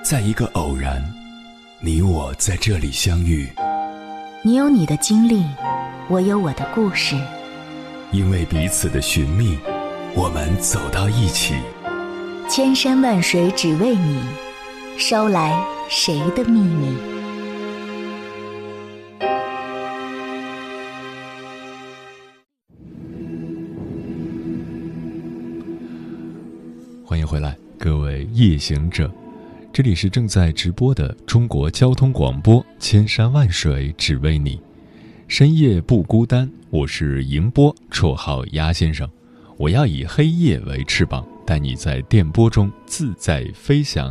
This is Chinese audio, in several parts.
在一个偶然，你我在这里相遇。 你有你的经历，我有我的故事。 因为彼此的寻觅，我们走到一起。 千山万水只为你，捎来谁的秘密？ 欢迎回来，各位夜行者，这里是正在直播的中国交通广播，千山万水只为你，深夜不孤单。我是迎波，绰号鸭先生。我要以黑夜为翅膀，带你在电波中自在飞翔。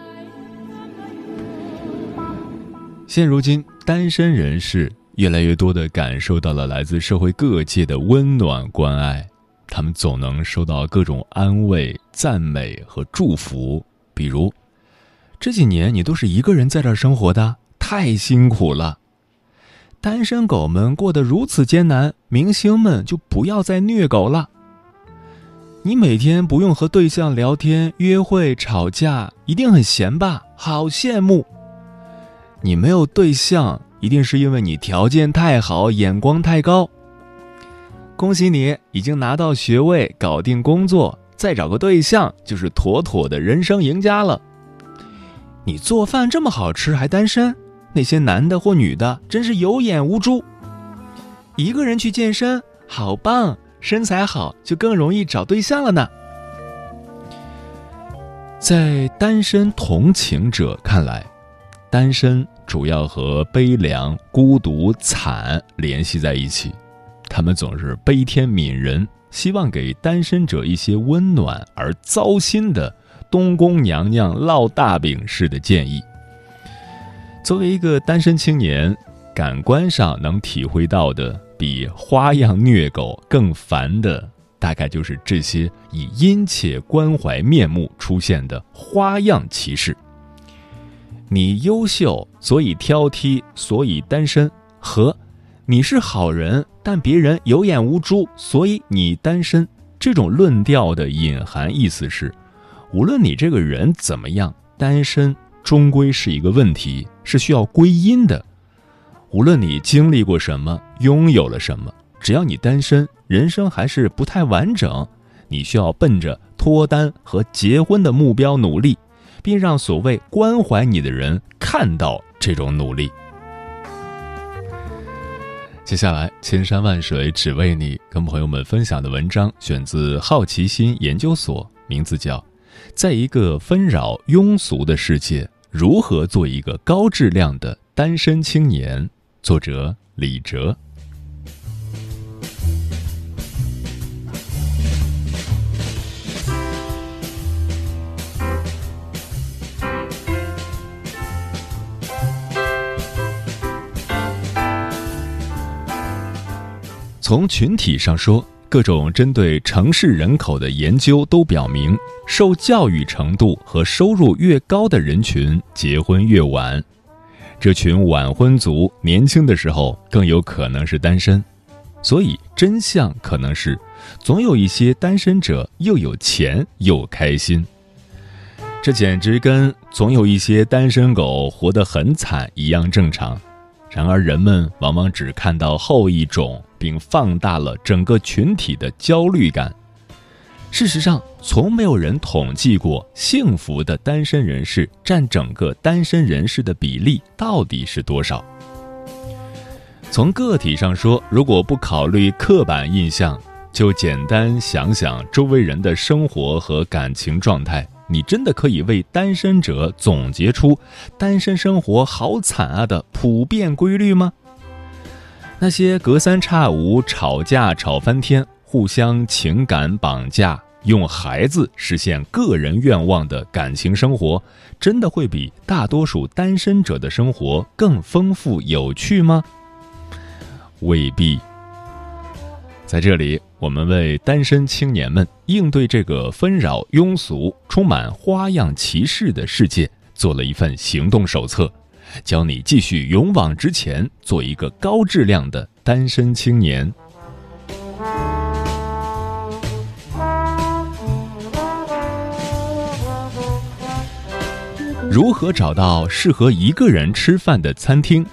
现如今，单身人士越来越多地感受到了来自社会各界的温暖关爱，他们总能收到各种安慰、赞美和祝福，比如这几年你都是一个人在这儿生活的，太辛苦了。单身狗们过得如此艰难，明星们就不要再虐狗了。你每天不用和对象聊天、约会、吵架，一定很闲吧？好羡慕。你没有对象，一定是因为你条件太好，眼光太高。恭喜你已经拿到学位，搞定工作，再找个对象就是妥妥的人生赢家了。你做饭这么好吃还单身，那些男的或女的真是有眼无珠。一个人去健身好棒，身材好就更容易找对象了呢。在单身同情者看来，单身主要和悲凉、孤独、惨联系在一起，他们总是悲天悯人，希望给单身者一些温暖而糟心的东宫娘娘烙大饼式的建议。作为一个单身青年，感官上能体会到的比花样虐狗更烦的，大概就是这些以殷切关怀面目出现的花样歧视。你优秀，所以挑剔，所以单身，和你是好人，但别人有眼无珠，所以你单身，这种论调的隐含意思是，无论你这个人怎么样，单身终归是一个问题，是需要归因的。无论你经历过什么，拥有了什么，只要你单身，人生还是不太完整，你需要奔着脱单和结婚的目标努力，并让所谓关怀你的人看到这种努力。接下来，千山万水只为你，跟朋友们分享的文章选自好奇心研究所，名字叫《在一个纷扰庸俗的世界，如何做一个高质量的单身青年》，作者李哲。从群体上说，各种针对城市人口的研究都表明，受教育程度和收入越高的人群结婚越晚。这群晚婚族年轻的时候更有可能是单身，所以真相可能是，总有一些单身者又有钱又开心。这简直跟总有一些单身狗活得很惨一样正常。然而人们往往只看到后一种，并放大了整个群体的焦虑感。事实上，从没有人统计过幸福的单身人士占整个单身人士的比例到底是多少。从个体上说，如果不考虑刻板印象，就简单想想周围人的生活和感情状态，你真的可以为单身者总结出单身生活好惨啊的普遍规律吗？那些隔三差五吵架吵翻天，互相情感绑架，用孩子实现个人愿望的感情生活，真的会比大多数单身者的生活更丰富有趣吗？未必。在这里，我们为单身青年们应对这个纷扰庸俗、充满花样歧视的世界做了一份行动手册，教你继续勇往直前，做一个高质量的单身青年。 如何找到适合一个人吃饭的餐厅？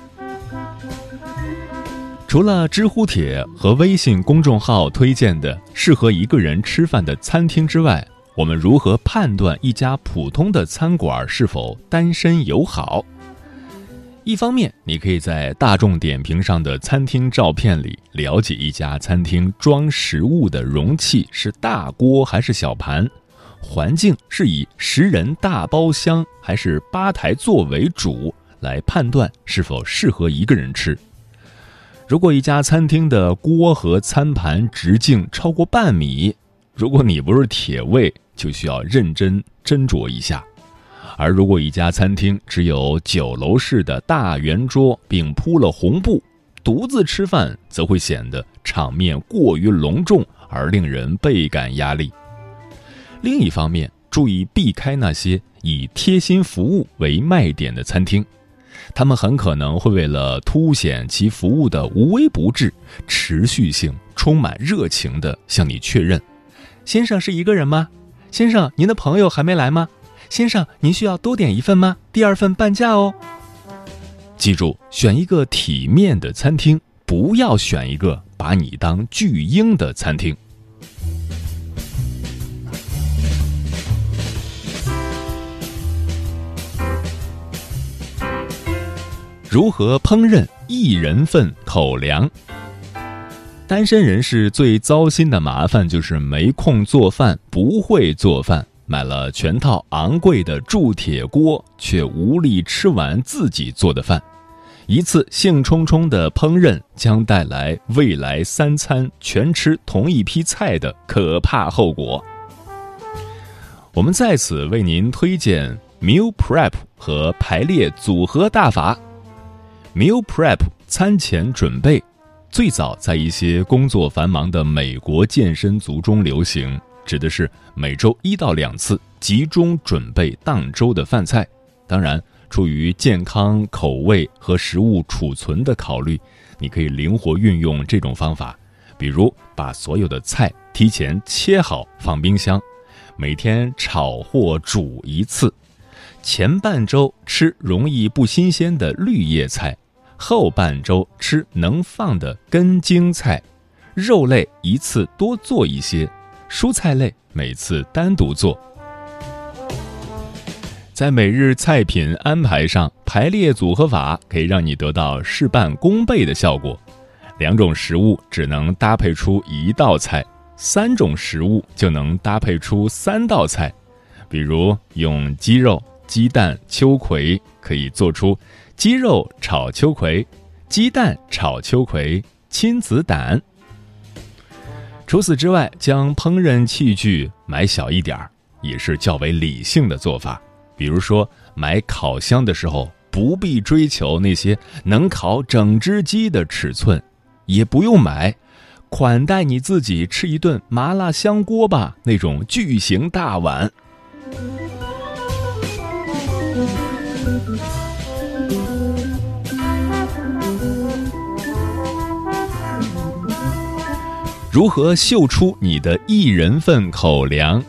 除了知乎帖和微信公众号推荐的适合一个人吃饭的餐厅之外，我们如何判断一家普通的餐馆是否单身友好？一方面，你可以在大众点评上的餐厅照片里了解一家餐厅装食物的容器是大锅还是小盘，环境是以10人大包厢还是吧台座为主，来判断是否适合一个人吃。如果一家餐厅的锅和餐盘直径超过半米，如果你不是铁胃，就需要认真斟酌一下。而如果一家餐厅只有酒楼式的大圆桌并铺了红布，独自吃饭则会显得场面过于隆重而令人倍感压力。另一方面，注意避开那些以贴心服务为卖点的餐厅，他们很可能会为了凸显其服务的无微不至，持续性、充满热情地向你确认：先生是一个人吗？先生，您的朋友还没来吗？先生，您需要多点一份吗？第2份半价哦。记住，选一个体面的餐厅，不要选一个把你当巨婴的餐厅。如何烹饪1人份口粮？单身人士最糟心的麻烦就是没空做饭，不会做饭，买了全套昂贵的铸铁锅，却无力吃完自己做的饭。一次兴冲冲的烹饪将带来未来3餐全吃同一批菜的可怕后果。我们在此为您推荐 Meal Prep 和排列组合大法。Meal Prep 餐前准备最早在一些工作繁忙的美国健身族中流行，指的是每周1到2次集中准备当周的饭菜。当然，出于健康、口味和食物储存的考虑，你可以灵活运用这种方法，比如把所有的菜提前切好放冰箱，每天炒或煮1次。前半周吃容易不新鲜的绿叶菜，后半周吃能放的根茎菜，肉类一次多做一些，蔬菜类每次单独做。在每日菜品安排上，排列组合法可以让你得到事半功倍的效果。2种食物只能搭配出1道菜，3种食物就能搭配出3道菜。比如用鸡肉、鸡蛋、秋葵，可以做出鸡肉炒秋葵、鸡蛋炒秋葵、亲子胆。除此之外，将烹饪器具买小一点，也是较为理性的做法。比如说，买烤箱的时候，不必追求那些能烤整只鸡的尺寸，也不用买款待你自己吃一顿麻辣香锅吧那种巨型大碗。如何秀出你的1人份口粮？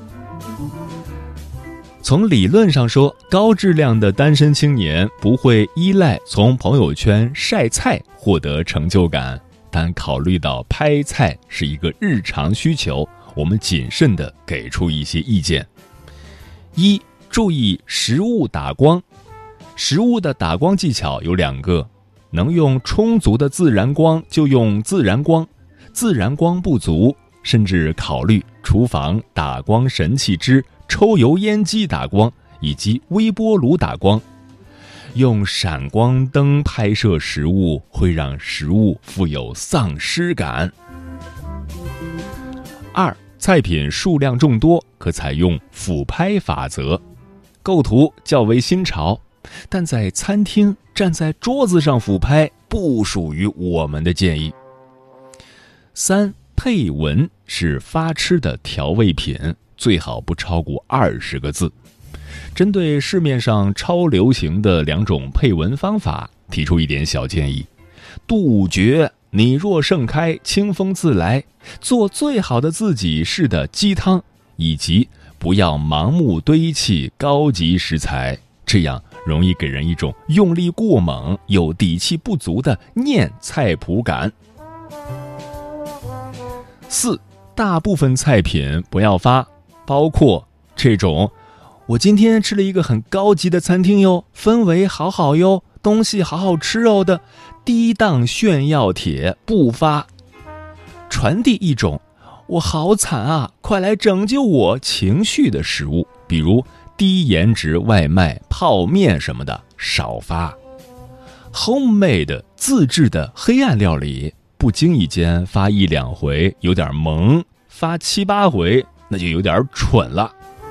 从理论上说，高质量的单身青年不会依赖从朋友圈晒菜获得成就感，但考虑到拍菜是一个日常需求，我们谨慎地给出一些意见。1、注意食物打光。食物的打光技巧有2个，能用充足的自然光就用自然光，自然光不足，甚至考虑厨房打光神器之抽油烟机打光以及微波炉打光。用闪光灯拍摄食物会让食物富有丧尸感。2、菜品数量众多，可采用俯拍法则。构图较为新潮，但在餐厅站在桌子上俯拍不属于我们的建议。3、配文是发吃的调味品，最好不超过20个字。针对市面上超流行的2种配文方法，提出一点小建议：杜绝你若盛开，清风自来，做最好的自己式的鸡汤，以及不要盲目堆砌高级食材， 这样容易给人一种用力过猛有底气不足的念菜谱感。4. 大部分菜品不要发，包括这种我今天吃了一个很高级的餐厅哟，氛围好好哟，东西好好吃哦的低档炫耀帖不发。传递一种我好惨啊，快来拯救我情绪的食物，比如低颜值外卖、泡面什么的少发。homemade 自制的黑暗料理，不经意间发1、2回有点萌，发7、8回那就有点蠢了。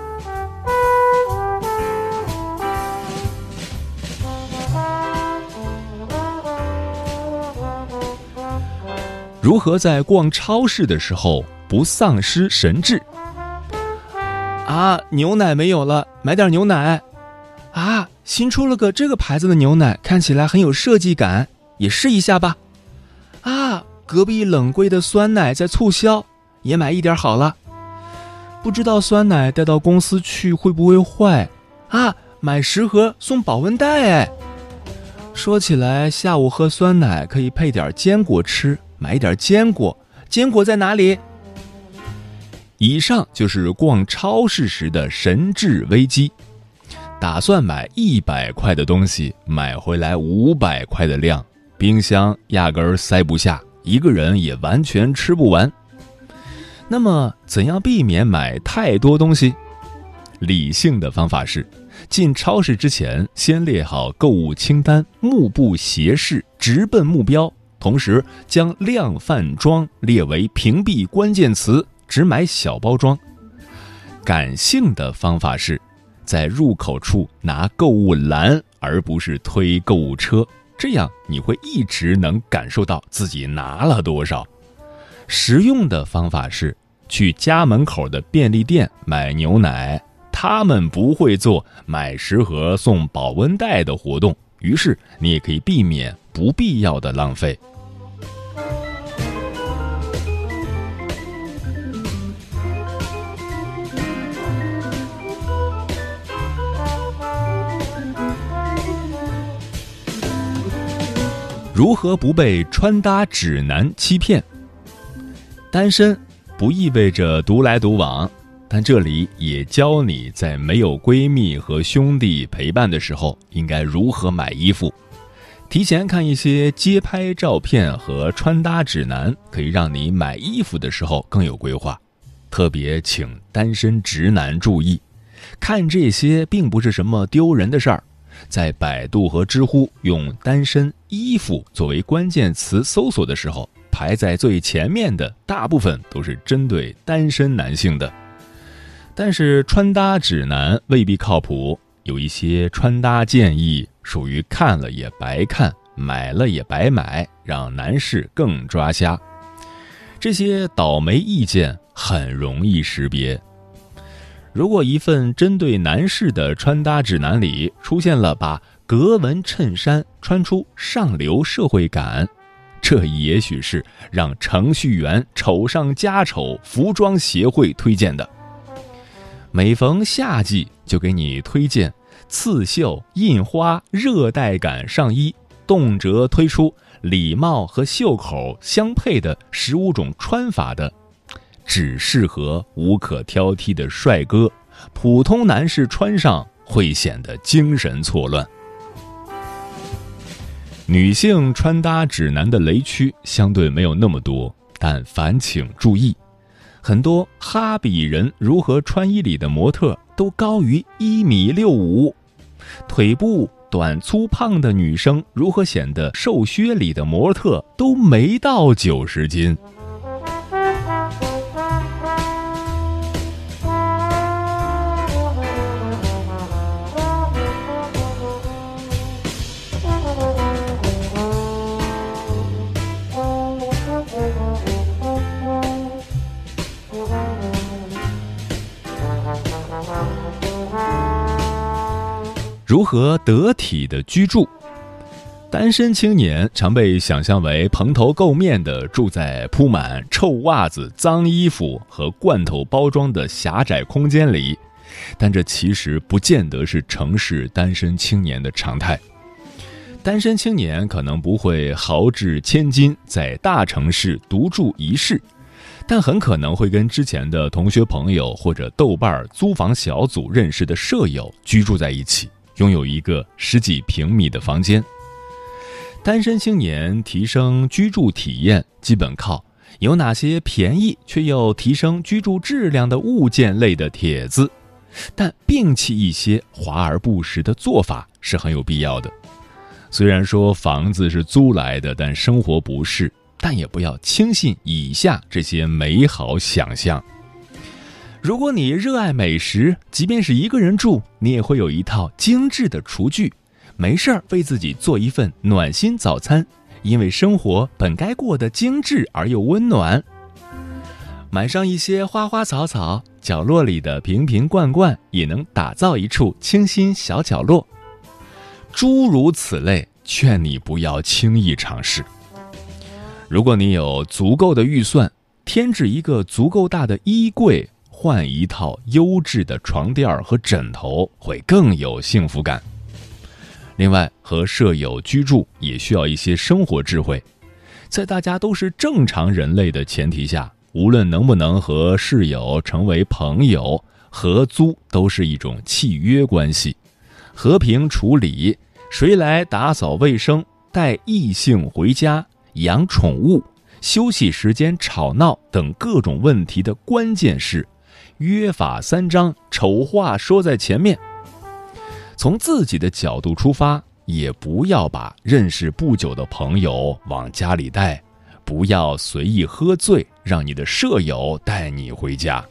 如何在逛超市的时候不丧失神智？啊，牛奶没有了，买点牛奶。啊，新出了个这个牌子的牛奶，看起来很有设计感，也试一下吧。啊，隔壁冷柜的酸奶在促销，也买一点好了。不知道酸奶带到公司去会不会坏？啊，买10盒送保温袋哎。说起来，下午喝酸奶可以配点坚果吃，买一点坚果。坚果在哪里？以上就是逛超市时的神智危机。打算买100块的东西，买回来500块的量，冰箱压根儿塞不下，一个人也完全吃不完。那么怎样避免买太多东西？理性的方法是，进超市之前先列好购物清单，目不斜视，直奔目标，同时将量贩装列为屏蔽关键词，只买小包装。感性的方法是，在入口处拿购物篮，而不是推购物车，这样你会一直能感受到自己拿了多少。实用的方法是，去家门口的便利店买牛奶，他们不会做买10盒送保温袋的活动，于是你也可以避免不必要的浪费。如何不被穿搭指南欺骗？单身不意味着独来独往，但这里也教你在没有闺蜜和兄弟陪伴的时候应该如何买衣服。提前看一些街拍照片和穿搭指南，可以让你买衣服的时候更有规划。特别请单身直男注意，看这些并不是什么丢人的事儿。在百度和知乎用单身衣服作为关键词搜索的时候，排在最前面的大部分都是针对单身男性的。但是穿搭指南未必靠谱，有一些穿搭建议属于看了也白看，买了也白买，让男士更抓瞎。这些倒霉意见很容易识别。如果一份针对男士的穿搭指南里出现了把格纹衬衫穿出上流社会感，这也许是让程序员丑上加丑服装协会推荐的。每逢夏季就给你推荐刺绣、印花、热带感上衣，动辄推出礼帽和袖口相配的15种穿法的，只适合无可挑剔的帅哥，普通男士穿上会显得精神错乱。女性穿搭指南的雷区相对没有那么多，但烦请注意，很多哈比人如何穿衣里的模特都高于1.65米，腿部短粗胖的女生如何显得瘦削里的模特都没到90斤。如何得体的居住？单身青年常被想象为蓬头垢面的住在铺满臭袜子、脏衣服和罐头包装的狭窄空间里， 但这其实不见得是城市单身青年的常态。单身青年可能不会豪掷千金在大城市独住一室，但很可能会跟之前的同学朋友或者豆瓣租房小组认识的舍友居住在一起，拥有一个10几平米的房间。单身青年提升居住体验，基本靠有哪些便宜却又提升居住质量的物件类的帖子，但摒弃一些华而不实的做法是很有必要的。虽然说房子是租来的，但生活不是，但也不要轻信以下这些美好想象。如果你热爱美食，即便是一个人住，你也会有一套精致的厨具，没事儿为自己做一份暖心早餐，因为生活本该过得精致而又温暖。买上一些花花草草，角落里的瓶瓶罐罐也能打造一处清新小角落。诸如此类，劝你不要轻易尝试。如果你有足够的预算，添置一个足够大的衣柜，换一套优质的床垫和枕头，会更有幸福感。另外，和舍友居住也需要一些生活智慧。在大家都是正常人类的前提下，无论能不能和室友成为朋友，合租都是一种契约关系。和平处理谁来打扫卫生、带异性回家、养宠物、休息时间吵闹等各种问题的关键是约法三章，丑话说在前面。从自己的角度出发，也不要把认识不久的朋友往家里带，不要随意喝醉，让你的舍友带你回家。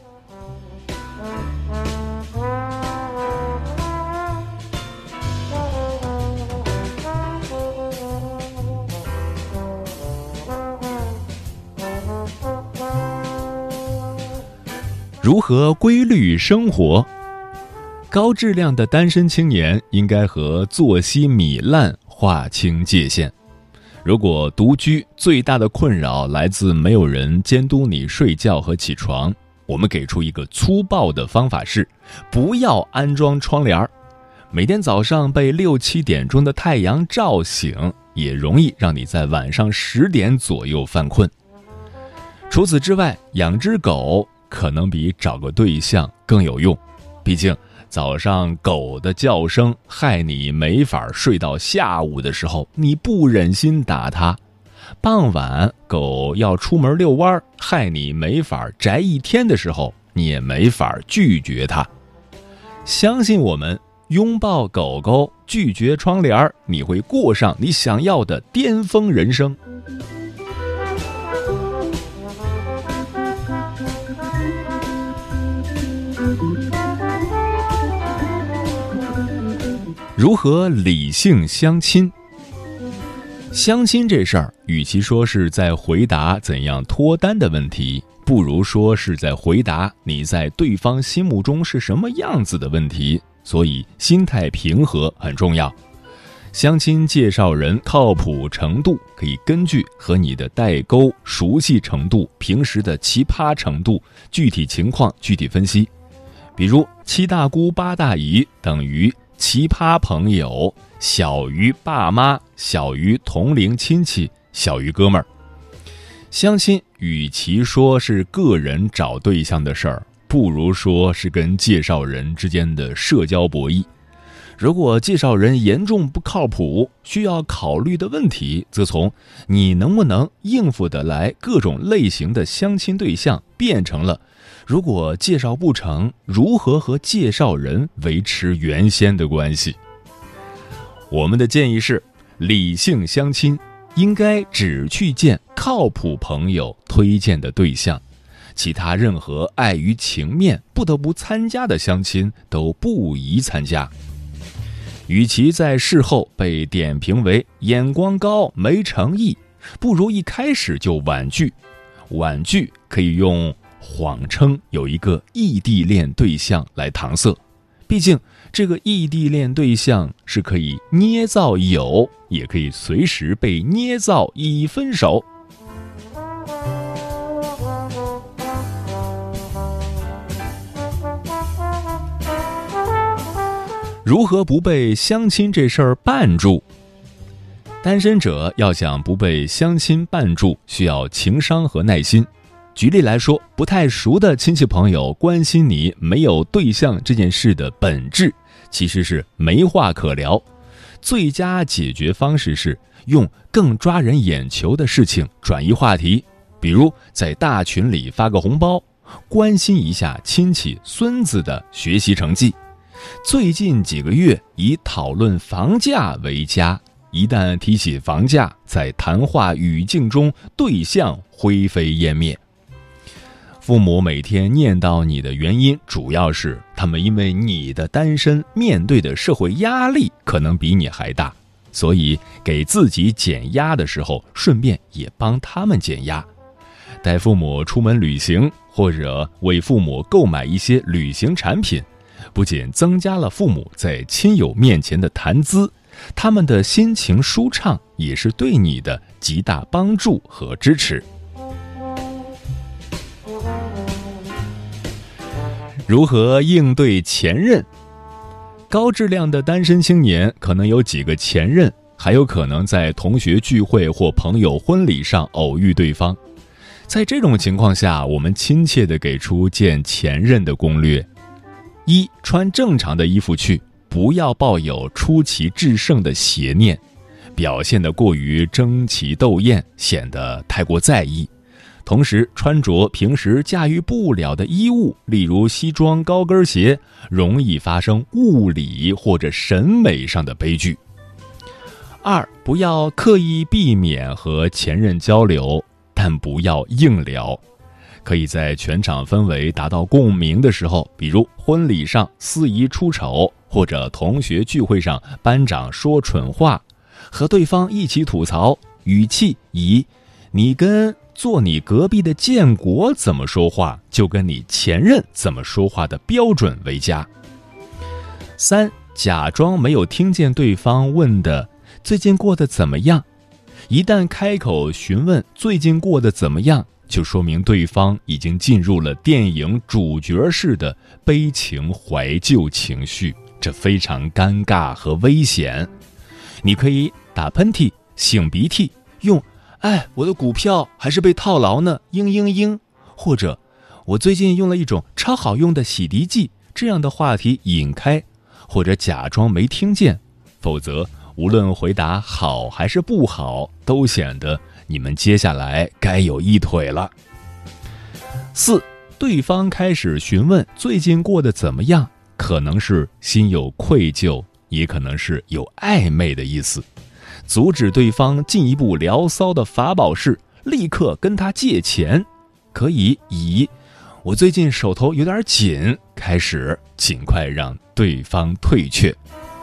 如何规律生活？高质量的单身青年应该和作息糜烂划清界限。如果独居最大的困扰来自没有人监督你睡觉和起床，我们给出一个粗暴的方法是，不要安装窗帘。每天早上被6、7点钟的太阳照醒，也容易让你在晚上10点左右犯困。除此之外，养只狗可能比找个对象更有用，毕竟早上狗的叫声害你没法睡到下午的时候，你不忍心打它；傍晚狗要出门遛弯，害你没法宅一天的时候，你也没法拒绝它。相信我们，拥抱狗狗，拒绝窗帘，你会过上你想要的巅峰人生。如何理性相亲？相亲这事儿，与其说是在回答怎样脱单的问题，不如说是在回答你在对方心目中是什么样子的问题，所以心态平和很重要。相亲介绍人靠谱程度可以根据和你的代沟、熟悉程度、平时的奇葩程度，具体情况具体分析。比如7大姑8大姨等于奇葩朋友，小于爸妈，小于同龄亲戚，小于哥们儿。相亲与其说是个人找对象的事儿，不如说是跟介绍人之间的社交博弈。如果介绍人严重不靠谱，需要考虑的问题则从你能不能应付得来各种类型的相亲对象，变成了如果介绍不成，如何和介绍人维持原先的关系。我们的建议是，理性相亲应该只去见靠谱朋友推荐的对象，其他任何碍于情面不得不参加的相亲都不宜参加。与其在事后被点评为眼光高没诚意，不如一开始就婉拒。婉拒可以用谎称有一个异地恋对象来搪塞，毕竟这个异地恋对象是可以捏造有，也可以随时被捏造已分手。 如何不被相亲这事儿绊住？单身者要想不被相亲绊住，需要情商和耐心。举例来说，不太熟的亲戚朋友关心你没有对象这件事的本质，其实是没话可聊。最佳解决方式是用更抓人眼球的事情转移话题，比如在大群里发个红包，关心一下亲戚孙子的学习成绩。最近几个月以讨论房价为佳，一旦提起房价，在谈话语境中对象灰飞烟灭。父母每天念叨你的原因，主要是他们因为你的单身面对的社会压力可能比你还大，所以给自己减压的时候，顺便也帮他们减压。带父母出门旅行，或者为父母购买一些旅行产品，不仅增加了父母在亲友面前的谈资，他们的心情舒畅，也是对你的极大帮助和支持。如何应对前任？高质量的单身青年可能有几个前任，还有可能在同学聚会或朋友婚礼上偶遇对方。在这种情况下，我们亲切地给出见前任的攻略：一、穿正常的衣服去，不要抱有出奇制胜的邪念，表现得过于争奇斗艳，显得太过在意。同时，穿着平时驾驭不了的衣物，例如西装、高跟鞋，容易发生物理或者审美上的悲剧。二、不要刻意避免和前任交流，但不要硬聊。可以在全场氛围达到共鸣的时候，比如婚礼上司仪出丑，或者同学聚会上班长说蠢话，和对方一起吐槽，语气以你跟坐你隔壁的建国怎么说话，就跟你前任怎么说话的标准为佳。三、假装没有听见对方问的最近过得怎么样。一旦开口询问最近过得怎么样，就说明对方已经进入了电影主角式的悲情怀旧情绪，这非常尴尬和危险。你可以打喷嚏、擤鼻涕，用我的股票还是被套牢呢，或者我最近用了一种超好用的洗涤剂，这样的话题引开，或者假装没听见，否则无论回答好还是不好，都显得你们接下来该有一腿了。四、对方开始询问最近过得怎么样，可能是心有愧疚，也可能是有暧昧的意思。阻止对方进一步聊骚的法宝是立刻跟他借钱，可以以我最近手头有点紧开始，尽快让对方退却。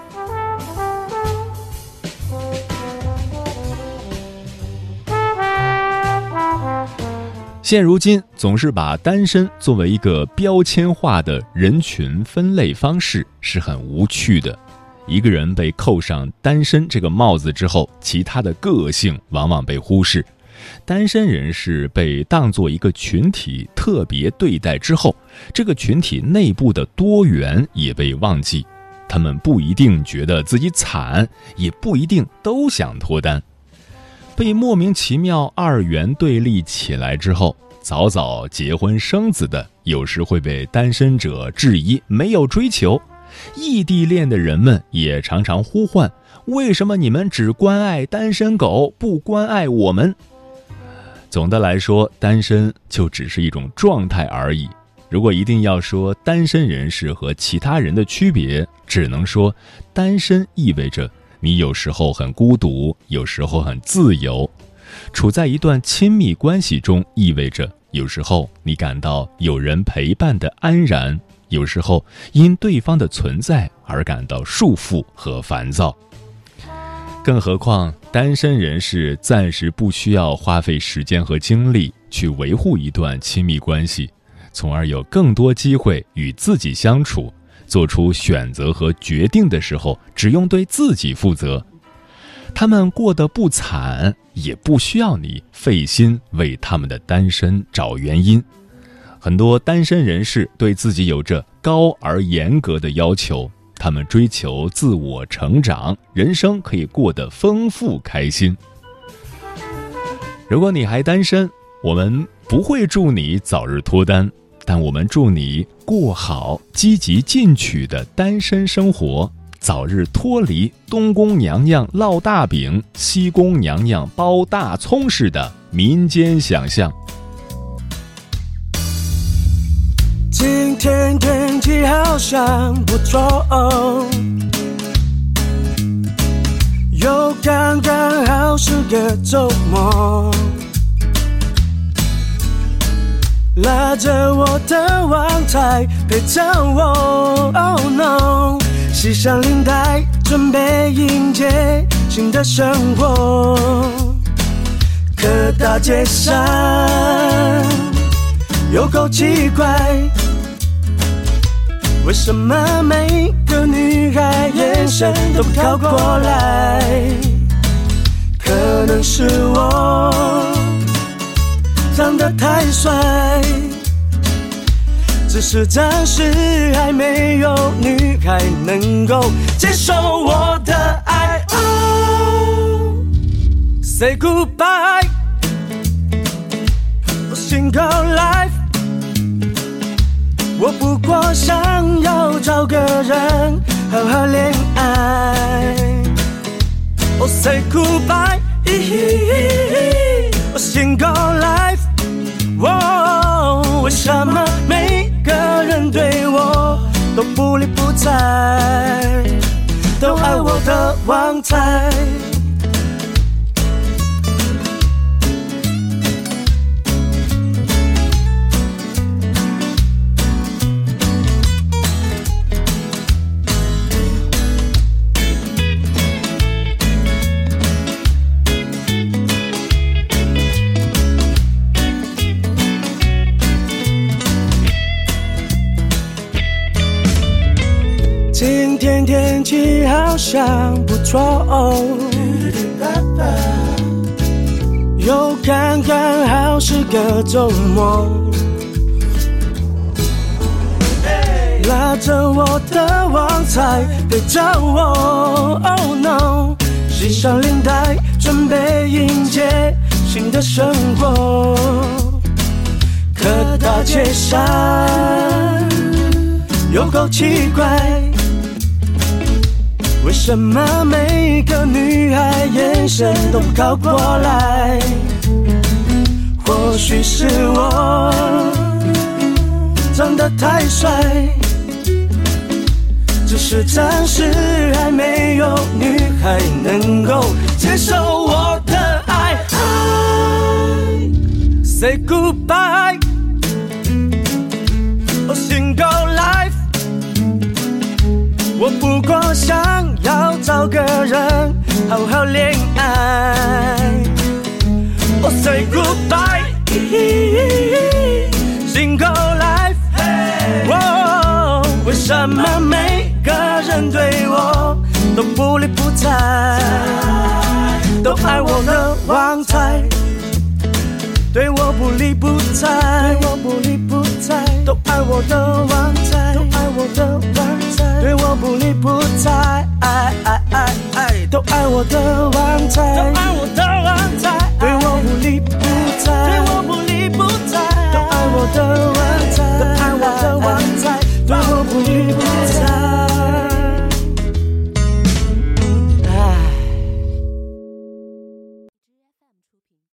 现如今总是把单身作为一个标签化的人群分类方式，是很无趣的。一个人被扣上单身这个帽子之后，其他的个性往往被忽视。单身人士被当作一个群体特别对待之后，这个群体内部的多元也被忘记。他们不一定觉得自己惨，也不一定都想脱单。被莫名其妙二元对立起来之后，早早结婚生子的有时会被单身者质疑没有追求。异地恋的人们也常常呼唤，为什么你们只关爱单身狗，不关爱我们？总的来说，单身就只是一种状态而已。如果一定要说单身人士和其他人的区别，只能说单身意味着你有时候很孤独，有时候很自由。处在一段亲密关系中，意味着有时候你感到有人陪伴的安然，有时候因对方的存在而感到束缚和烦躁。更何况单身人士暂时不需要花费时间和精力去维护一段亲密关系，从而有更多机会与自己相处，做出选择和决定的时候只用对自己负责。他们过得不惨，也不需要你费心为他们的单身找原因。很多单身人士对自己有着高而严格的要求， 他们追求自我成长，人生可以过得丰富开心。如果你还单身，我们不会祝你早日脱单，但我们祝你过好积极进取的单身生活，早日脱离东宫娘娘烙大饼，西宫娘娘包大葱式的民间想象。 今天天气好像不错又刚刚好是个周末，拉着我的王牌陪着我 Oh no， 系上领带准备迎接新的生活。可大街上有够奇怪，为什么每个女孩眼神都靠过来？可能是我长得太帅，只是暂时还没有女孩能够接受我的爱。Say goodbye， 我 single life， 我不过想要找个人好好恋爱。Oh say goodbye， 我 single life， 为什么每个人对我都不理不睬，都爱我的王牌？今天天气好像不错又刚刚好是个周末，拉着我的王牌陪着我 Oh no， 系上领带准备迎接新的生活。可大街上有够奇怪，为什么每个女孩眼神都靠过来？或许是我长得太帅，只是暂时还没有女孩能够接受我的爱。Say goodbye， Oh single life，我不过想要找个人好好恋爱。Oh say goodbye， single life， 为什么每个人对我都不理不睬，都爱我的王牌，对我不理不睬，对我不理不睬，都爱我的王牌，都爱我的王牌，对我不理不睬，都爱我的王牌，都爱我的